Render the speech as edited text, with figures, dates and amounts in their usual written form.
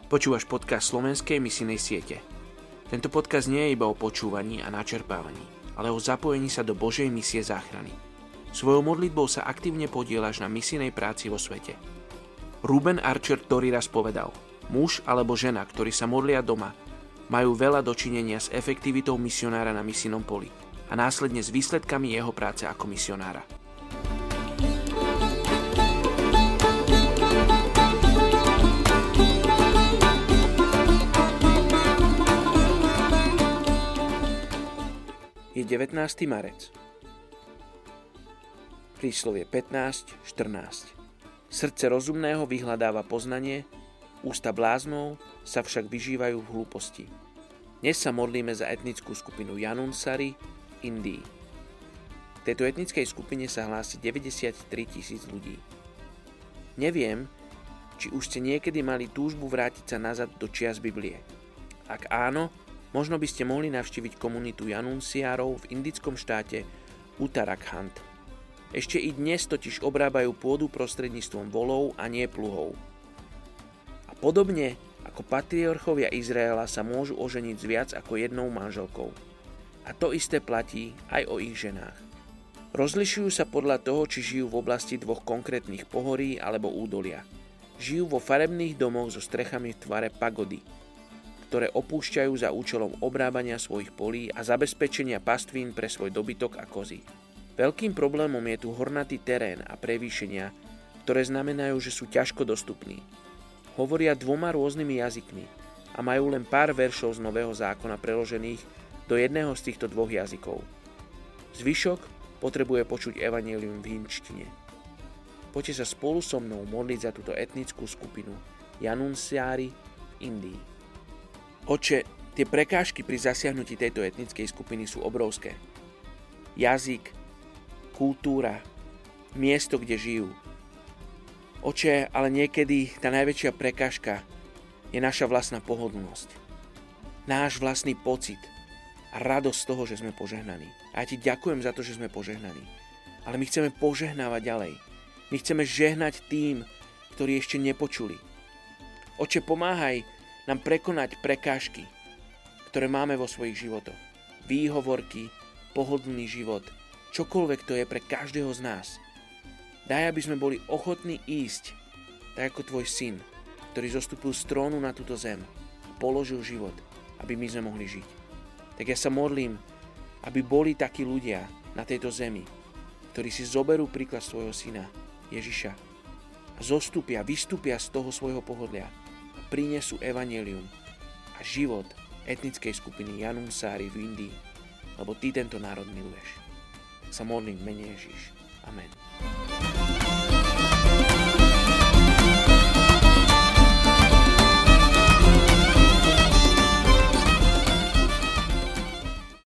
Počúvaš podcast Slovenskej misijnej siete. Tento podcast nie je iba o počúvaní a načerpávaní, ale o zapojení sa do Božej misie záchrany. Svojou modlitbou sa aktívne podieľaš na misijnej práci vo svete. Ruben Archer Torrey raz povedal: muž alebo žena, ktorí sa modlia doma, majú veľa dočinenia s efektivitou misionára na misijnom poli a následne s výsledkami jeho práce ako misionára. Je 19. marec. Príslovie 15:14. Srdce rozumného vyhľadáva poznanie, ústa bláznov sa však vyžívajú v hlúposti. Dnes sa modlíme za etnickú skupinu Janunsari v Indii. V tejto etnickej skupine sa hlási 93 000 ľudí. Neviem, či už ste niekedy mali túžbu vrátiť sa nazad do čias Biblie. Ak áno, možno by ste mohli navštíviť komunitu Janunsiárov v indickom štáte Uttarakhand. Ešte i dnes totiž obrábajú pôdu prostredníctvom volov a nie pluhov. A podobne ako patriarchovia Izraela sa môžu oženiť s viac ako jednou manželkou. A to isté platí aj o ich ženách. Rozlišujú sa podľa toho, či žijú v oblasti dvoch konkrétnych pohorí alebo údolia. Žijú vo farebných domoch so strechami v tvare pagody, ktoré opúšťajú za účelom obrábania svojich polí a zabezpečenia pastvín pre svoj dobytok a kozy. Veľkým problémom je tu hornatý terén a prevýšenia, ktoré znamenajú, že sú ťažko dostupní. Hovoria dvoma rôznymi jazykmi a majú len pár veršov z Nového zákona preložených do jedného z týchto dvoch jazykov. Zvyšok potrebuje počuť evanjelium v hindštine. Poďte sa spolu so mnou modliť za túto etnickú skupinu Janunsiári v Indii. Oče, tie prekážky pri zasiahnutí tejto etnickej skupiny sú obrovské. Jazyk, kultúra, miesto, kde žijú. Oče, ale niekedy tá najväčšia prekážka je naša vlastná pohodlnosť. Náš vlastný pocit a radosť z toho, že sme požehnaní. A ja ti ďakujem za to, že sme požehnaní. Ale my chceme požehnávať ďalej. My chceme žehnať tým, ktorí ešte nepočuli. Oče, pomáhaj nám prekonať prekážky, ktoré máme vo svojich životoch. Výhovorky, pohodlný život, čokoľvek to je pre každého z nás. Daj, aby sme boli ochotní ísť, tak ako tvoj syn, ktorý zostúpil z trónu na túto zem a položil život, aby my sme mohli žiť. Tak ja sa modlím, aby boli takí ľudia na tejto zemi, ktorí si zoberú príklad svojho syna, Ježiša, a vystúpia z toho svojho pohodlia a prinesú evanjelium a život etnickej skupiny Janunsári v Indii, lebo ty tento národ miluješ. Tak sa modlím v mene Ježiš. Amen.